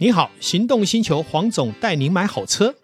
你好，行动星球黄总带您买好车。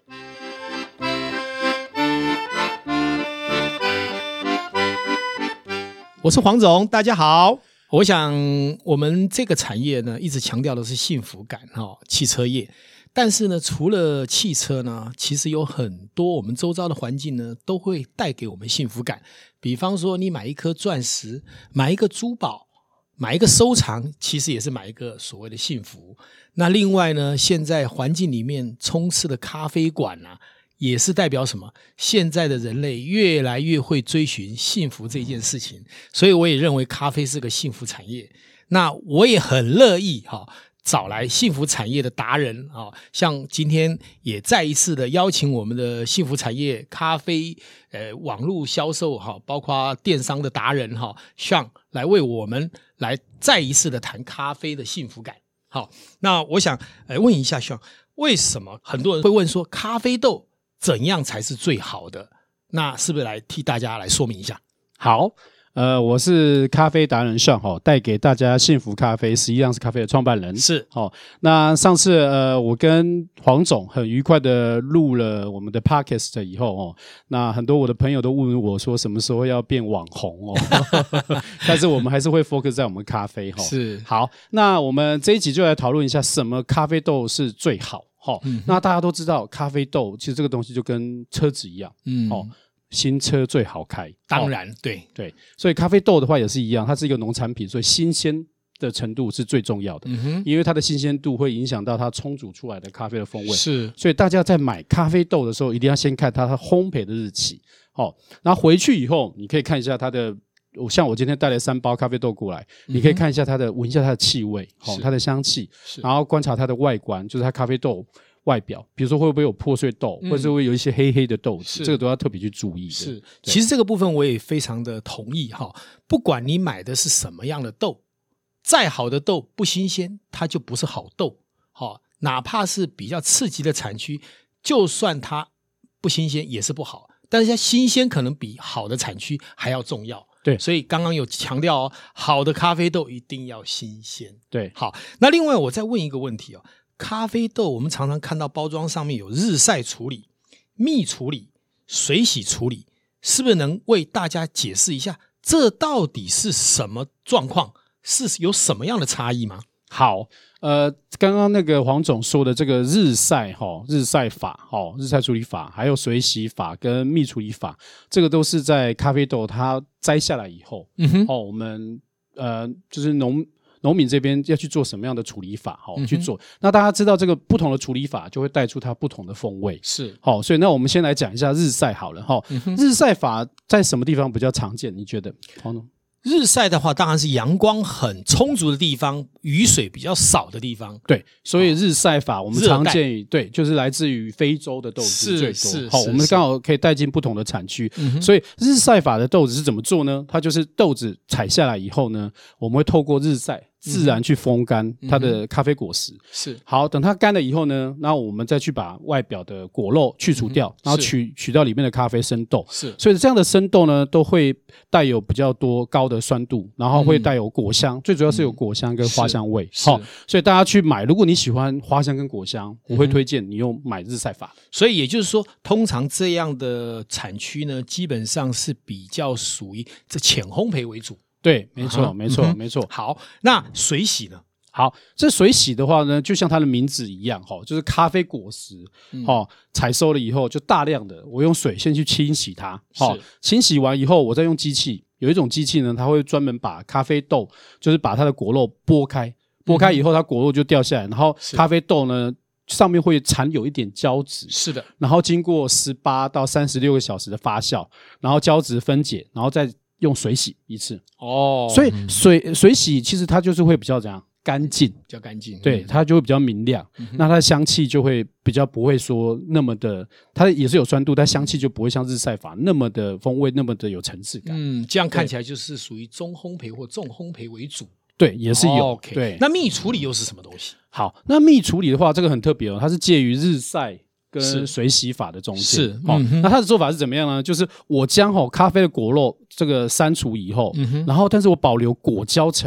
我是黄总，大家好。我想我们这个产业呢，一直强调的是幸福感，汽车业。但是呢，除了汽车呢，其实有很多我们周遭的环境呢，都会带给我们幸福感。比方说，你买一颗钻石，买一个珠宝，买一个收藏，其实也是买一个所谓的幸福。那另外呢，现在环境里面充斥的咖啡馆啊，也是代表什么？现在的人类越来越会追寻幸福这件事情，所以我也认为咖啡是个幸福产业。那我也很乐意找来幸福产业的达人像今天也再一次的邀请我们的幸福产业咖啡网络销售包括电商的达人Sean 来为我们来再一次的谈咖啡的幸福感。好，那我想问一下Sean，为什么很多人会问说咖啡豆怎样才是最好的？那是不是来替大家来说明一下？ 好，我是咖啡达人Sean，带给大家幸福咖啡，实际上是咖啡的创办人。 是， 那上次我跟黄总很愉快的录了我们的 podcast 以后那很多我的朋友都问我说什么时候要变网红但是我们还是会 focus 在我们咖啡是。 好，那我们这一集就来讨论一下什么咖啡豆是最好那大家都知道咖啡豆其实这个东西就跟车子一样新车最好开， 当然对， 所以咖啡豆的话也是一样，它是一个农产品，所以新鲜的程度是最重要的因为它的新鲜度会影响到它冲煮出来的咖啡的风味。 是， 所以大家在买咖啡豆的时候一定要先看它烘焙的日期然后回去以后你可以看一下它的，像我今天带了3包咖啡豆过来你可以看一下它的，闻一下它的气味它的香气，然后观察它的外观，就是它咖啡豆外表，比如说会不会有破碎豆，或者会有一些黑黑的豆子，这个都要特别去注意的。 是，其实这个部分我也非常的同意不管你买的是什么样的豆，再好的豆不新鲜它就不是好豆哪怕是比较次级的产区，就算它不新鲜也是不好，但是它新鲜可能比好的产区还要重要。 对， 所以刚刚有强调好的咖啡豆一定要新鲜。 对， 好，那另外我再问一个问题咖啡豆我们常常看到包装上面有日晒处理、蜜处理、水洗处理，是不是能为大家解释一下这到底是什么状况，是有什么样的差异吗？ 好，刚刚那个黄总说的这个日晒法日晒处理法，还有水洗法跟蜜处理法，这个都是在咖啡豆它摘下来以后我们就是农民这边要去做什么样的处理法去做。那大家知道这个不同的处理法就会带出它不同的风味。 是， 所以那我们先来讲一下日晒好了日晒法在什么地方比较常见？你觉得？ 日晒的话当然是阳光很充足的地方，雨水比较少的地方。 对，所以日晒法我们常见于对，就是来自于非洲的豆子最多。我们刚好可以带进不同的产区所以日晒法的豆子是怎么做呢？它就是豆子采下来以后呢，我们会透过日晒自然去风干它的咖啡果实是好，等它干了以后呢，那我们再去把外表的果肉去除掉然后取到里面的咖啡生豆是， 所以这样的生豆呢都会带有比较多高的酸度，然后会带有果香最主要是有果香跟花香味所以大家去买，如果你喜欢花香跟果香我会推荐你用买日晒法所以也就是说通常这样的产区呢基本上是比较属于这浅烘焙为主。 对，没错没错好，那水洗呢？ 好，这水洗的话呢就像它的名字一样就是咖啡果实采收了以后就大量的我用水先去清洗它清洗完以后我再用机器，有一种机器呢它会专门把咖啡豆就是把它的果肉剥开以后它果肉就掉下来，然后咖啡豆呢上面会残有一点胶质， 是的， 然后经过18到36个小时的发酵，然后胶质分解，然后再用水洗一次所以水洗其实它就是会比较怎样干净，比较干净， 对，它就会比较明亮那它的香气就会比较不会说那么的，它也是有酸度但香气就不会像日晒法那么的风味那么的有层次感这样看起来就是属于中烘焙或重烘焙为主。 对，也是有对， 那蜜处理又是什么东西？ 好，那蜜处理的话这个很特别它是介于日晒跟水洗法的中间是那它的做法是怎么样呢？就是我将咖啡的果肉这个删除以后然后但是我保留果胶层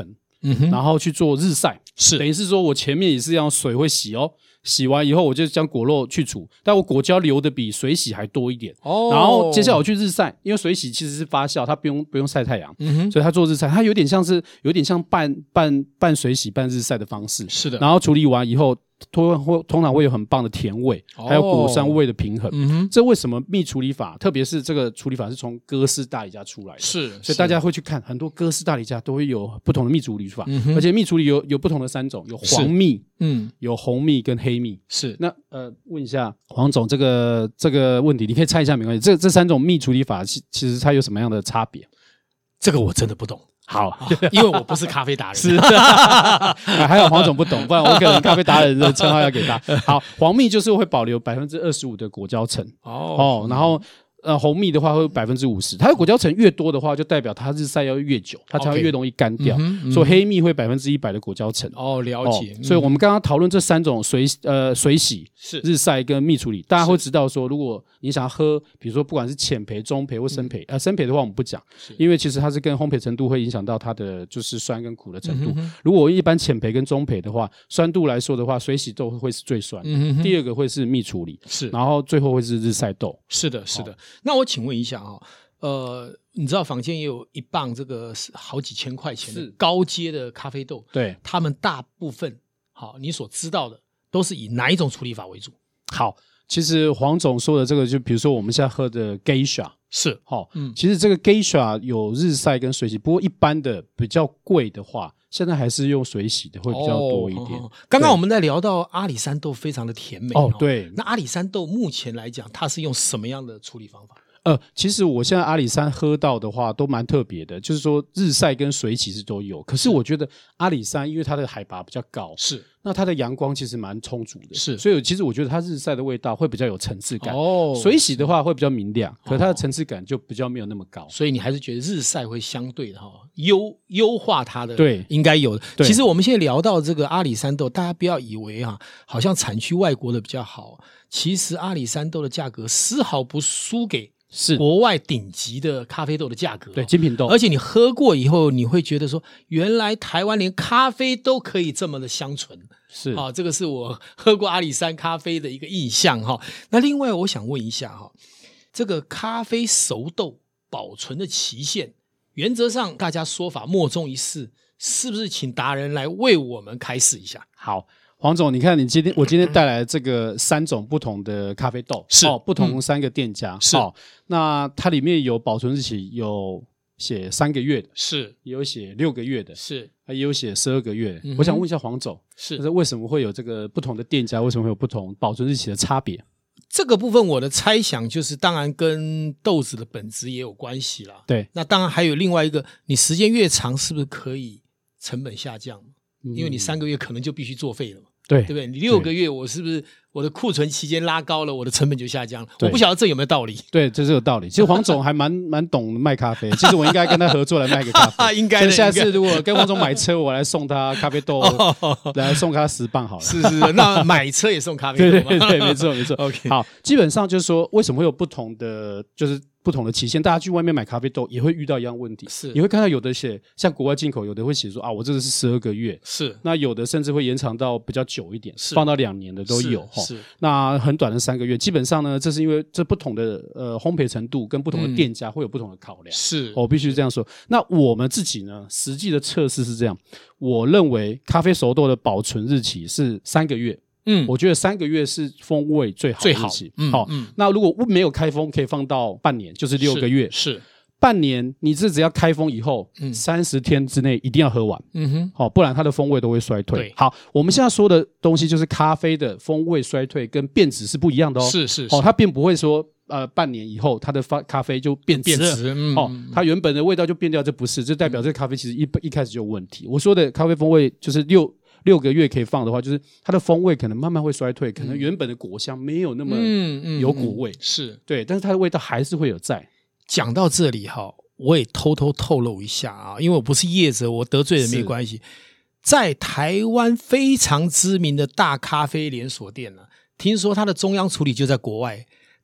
然后去做日晒， 是等于是说我前面也是让水会洗哦，洗完以后我就将果肉去除，但我果胶留的比水洗还多一点。然后接下来我去日晒，因为水洗其实是发酵，它不用晒太阳，所以它做日晒，它有点像半水洗半日晒的方式。 是的， 然后处理完以后。通常会有很棒的甜味，还有果酸味的平衡。这为什么蜜处理法，特别是这个处理法是从哥斯达黎加出来的， 是， 所以大家会去看很多哥斯达黎加都会有不同的蜜处理法，而且蜜处理有不同的3种，有黄蜜，有红蜜跟黑蜜。 是， 那问一下黄总这个问题，你可以猜一下没关系。这3种蜜处理法其实它有什么样的差别？ 这个我真的不懂。 好， 因为我不是咖啡达人， 是还有黄总不懂，不然我可能咖啡达人的称号要给他。好，黄蜜就是会保留25%的果胶层然后红蜜的话会有50%，它的果胶层越多的话，就代表它日晒要越久，它才会越容易干掉。所以黑蜜会100%的果胶层。 了解。 所以我们刚刚讨论这3种水洗、 是日晒跟蜜处理，大家会知道说，如果你想要喝，比如说不管是浅焙、中焙或深焙，深焙的话我们不讲，因为其实它是跟烘焙程度会影响到它的就是酸跟苦的程度。如果一般浅焙跟中焙的话，酸度来说的话，水洗豆会是最酸的，第二个会是蜜处理， 是， 然后最后会是日晒豆。 是的，是的。那我请问一下你知道坊间也有1磅这个好几千块钱的高阶的咖啡豆， 对， 他们大部分你所知道的都是以哪一种处理法为主？ 好，其实黄总说的这个，就比如说我们现在喝的 Geisha 是其实这个 Geisha 有日晒跟水洗，不过一般的比较贵的话，现在还是用水洗的会比较多一点。 刚刚我们在聊到阿里山豆非常的甜美对， 那阿里山豆目前来讲，它是用什么样的处理方法？ 其实我现在阿里山喝到的话都蛮特别的，就是说日晒跟水洗是都有。可是我觉得阿里山因为它的海拔比较高， 是， 那它的阳光其实蛮充足的， 是， 所以其实我觉得它日晒的味道会比较有层次感。水洗的话会比较明亮，可它的层次感就比较没有那么高。 所以你还是觉得日晒会相对的优化它的， 对， 应该有的。其实我们现在聊到这个阿里山豆，大家不要以为好像产区外国的比较好，其实阿里山豆的价格丝毫不输给国外顶级的咖啡豆的价格， 对，精品豆。 而且你喝过以后，你会觉得说，原来台湾连咖啡都可以这么的香醇， 是这个是我喝过阿里山咖啡的一个印象那另外我想问一下这个咖啡熟豆保存的期限，原则上大家说法莫衷一是，是不是请达人来为我们开示一下？ 好。黄总，你看我今天带来的这个3种不同的咖啡豆， 是不同3个店家， 是那它里面有保存日期，有写3个月的， 是， 也有写6个月的， 是， 也有写12个月的。我想问一下黄总，是为什么会有这个不同的店家，为什么会有不同保存日期的差别？ 这个部分我的猜想就是，当然跟豆子的本质也有关系啦。 对， 那当然还有另外一个，你时间越长，是不是可以成本下降？因为你3个月可能就必须作废了嘛。 对不对？你6个月，我是不是我的库存期间拉高了，我的成本就下降了？我不晓得这有没有道理。 对，这是有道理。其实黄总还蛮懂卖咖啡，其实我应该跟他合作来卖个咖啡。 应该的。 下次如果跟黄总买车，我来送他咖啡豆，来送他10磅好了。 是，那买车也送咖啡豆吗？ 对，没错。 OK， 好，基本上就是说，为什么会有不同的，就是不同的期限？大家去外面买咖啡豆也会遇到一样问题， 是你会看到有的写像国外进口，有的会写说我这个是12个月， 是， 那有的甚至会延长到比较久一点，放到2年的都有， 是。 那很短的3个月，基本上呢，这是因为这不同的烘焙程度跟不同的店家会有不同的考量， 是， 我必须这样说。那我们自己呢，实际的测试是这样，我认为咖啡熟豆的保存日期是3个月。我觉得3个月是风味最好的日期。那如果没有开封，可以放到半年，就是6个月。 是半年，你只要开封以后，30天之内一定要喝完。不然它的风味都会衰退。好，我们现在说的东西就是咖啡的风味衰退跟变质是不一样的哦。 是。 它并不会说半年以后它的咖啡就变质了。它原本的味道就变掉，这不是，这代表这个咖啡其实一开始就有问题。我说的咖啡风味就是6个月可以放的话，就是它的风味可能慢慢会衰退，可能原本的果香没有那么有果味， 是对，但是它的味道还是会有在。 讲到这里我也偷偷透露一下因为我不是业者，我得罪人没关系。在台湾非常知名的大咖啡连锁店听说它的中央处理就在国外，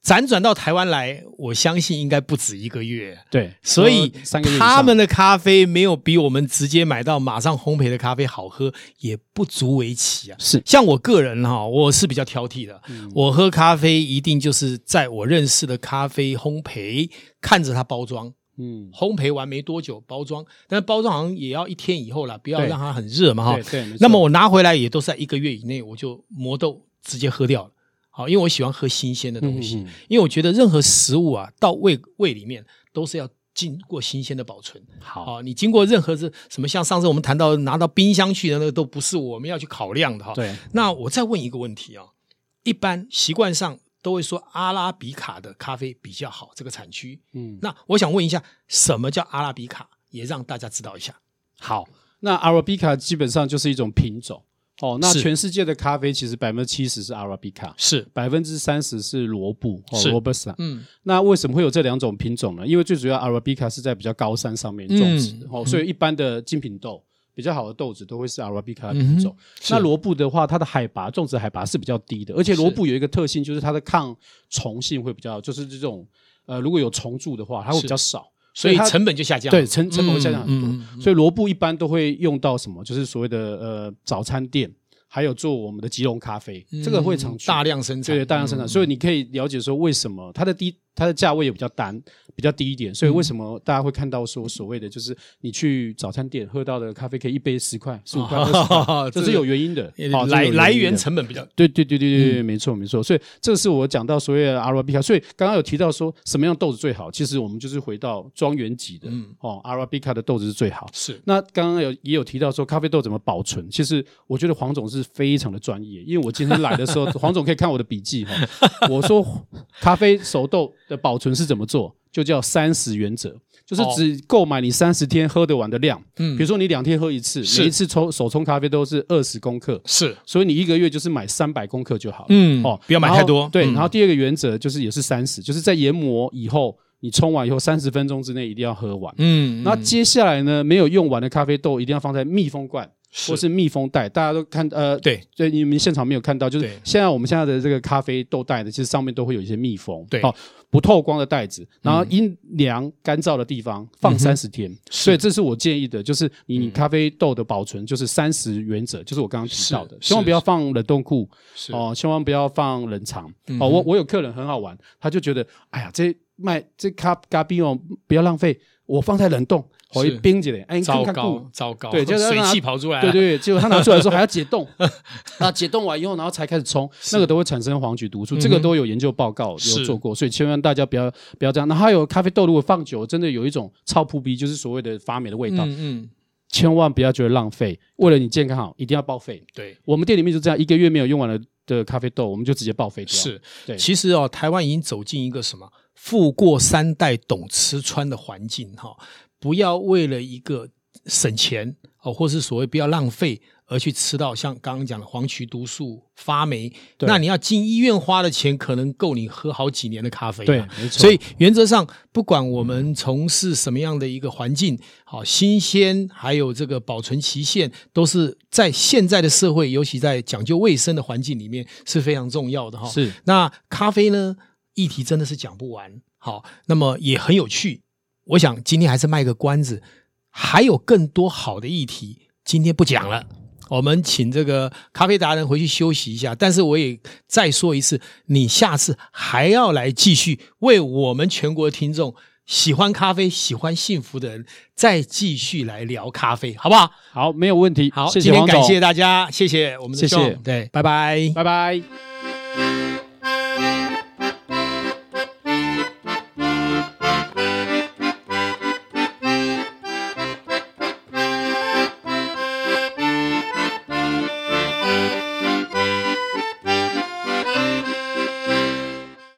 辗转到台湾来，我相信应该不止1个月。 对， 所以 3个月以上他们的咖啡没有比我们直接买到马上烘焙的咖啡好喝，也不足为奇啊。 是像我个人我是比较挑剔的，我喝咖啡一定就是在我认识的咖啡烘焙，看着它包装。烘焙完没多久包装，但是包装好像也要1天以后啦，不要让它很热嘛哈。 对， 那么我拿回来也都是在1个月以内，我就磨豆直接喝掉了。好，因为我喜欢喝新鲜的东西，因为我觉得任何食物啊到胃里面都是要经过新鲜的保存。 好， 你经过任何什么，像上次我们谈到拿到冰箱去的那个，都不是我们要去考量的哈。 对， 那我再问一个问题啊，一般习惯上都会说阿拉比卡的咖啡比较好，这个产区。那我想问一下，什么叫阿拉比卡？也让大家知道一下。 好，那阿拉比卡基本上就是一种品种。那全世界的咖啡其实70%是阿拉比卡， 是 30%是罗布，Robusta。那为什么会有这2种品种呢？因为最主要阿拉比卡是在比较高山上面种植的，所以一般的精品豆比较好的豆子都会是阿拉比卡的品种。那罗布的话，它的种植海拔是比较低的，而且罗布有一个特性，就是它的抗虫性会比较，就是这种如果有虫蛀的话，它会比较少。 所以成本就下降了， 对，成本会下降很多。所以罗布一般都会用到什么？就是所谓的早餐店，还有做我们的即溶咖啡，这个会常去大量生产， 对，大量生产。所以你可以了解说为什么它的价位也比较低一点，所以为什么大家会看到说所谓的就是你去早餐店喝到的咖啡可以一杯10块、15块、20块，这是有原因的， 来源成本比较对，没错。所以这是我讲到所谓的阿拉比卡。所以刚刚有提到说什么样豆子最好，其实我们就是回到庄园级的阿拉比卡的豆子是最好。 是。 那刚刚也有提到说咖啡豆怎么保存，其实我觉得黄总是非常的专业，因为我今天来的时候，黄总可以看我的笔记我说咖啡熟豆的保存是怎么做，就叫30原则，就是只购买你30天喝得完的量。比如说你2天喝1次，每一次手冲咖啡都是20公克， 是， 所以你1个月就是买300公克就好了。 不要买太多。 对，然后第2个原则就是也是30，就是在研磨以后，你冲完以后30分钟之内一定要喝完。那接下来呢，没有用完的咖啡豆一定要放在密封罐。或是密封袋，大家都看对， 所以你们现场没有看到，就是我们现在的这个咖啡豆袋呢，其实上面都会有一些密封， 对， 不透光的袋子，然后阴凉干燥的地方放30天，所以这是我建议的，就是你咖啡豆的保存就是30原则，就是我刚刚提到的，千万不要放冷冻库千万不要放冷藏我有客人很好玩，他就觉得哎呀这咖啡不要浪费，我放在冷冻。我一冰起来， 糟糕， 对，就是水汽跑出来了， 对，结果他拿出来的时候还要解冻，解冻完以后，然后才开始冲，那个都会产生黄曲毒素，这个都有研究报告有做过，所以千万大家不要这样。然后还有咖啡豆如果放久，真的有一种臭扑鼻，就是所谓的发霉的味道，千万不要觉得浪费，为了你健康好，一定要报废。 对， 我们店里面就这样，1个月没有用完的咖啡豆，我们就直接报废掉。 是， 对， 其实台湾已经走进一个什么富过3代懂吃穿的环境不要为了一个省钱或是所谓不要浪费而去吃到像刚刚讲的黄曲毒素发霉，那你要进医院花的钱可能够你喝好几年的咖啡。 对，没错。 所以原则上不管我们从事什么样的一个环境，新鲜还有这个保存期限都是在现在的社会，尤其在讲究卫生的环境里面是非常重要的是。 那咖啡呢议题真的是讲不完，那么也很有趣。我想今天还是卖个关子，还有更多好的议题今天不讲了，我们请这个咖啡达人回去休息一下，但是我也再说一次，你下次还要来继续为我们全国的听众喜欢咖啡喜欢幸福的人再继续来聊咖啡，好不好？ 好，没有问题。 好， 谢谢今天感谢大家，谢谢我们的谢谢， 对，拜拜， 拜拜。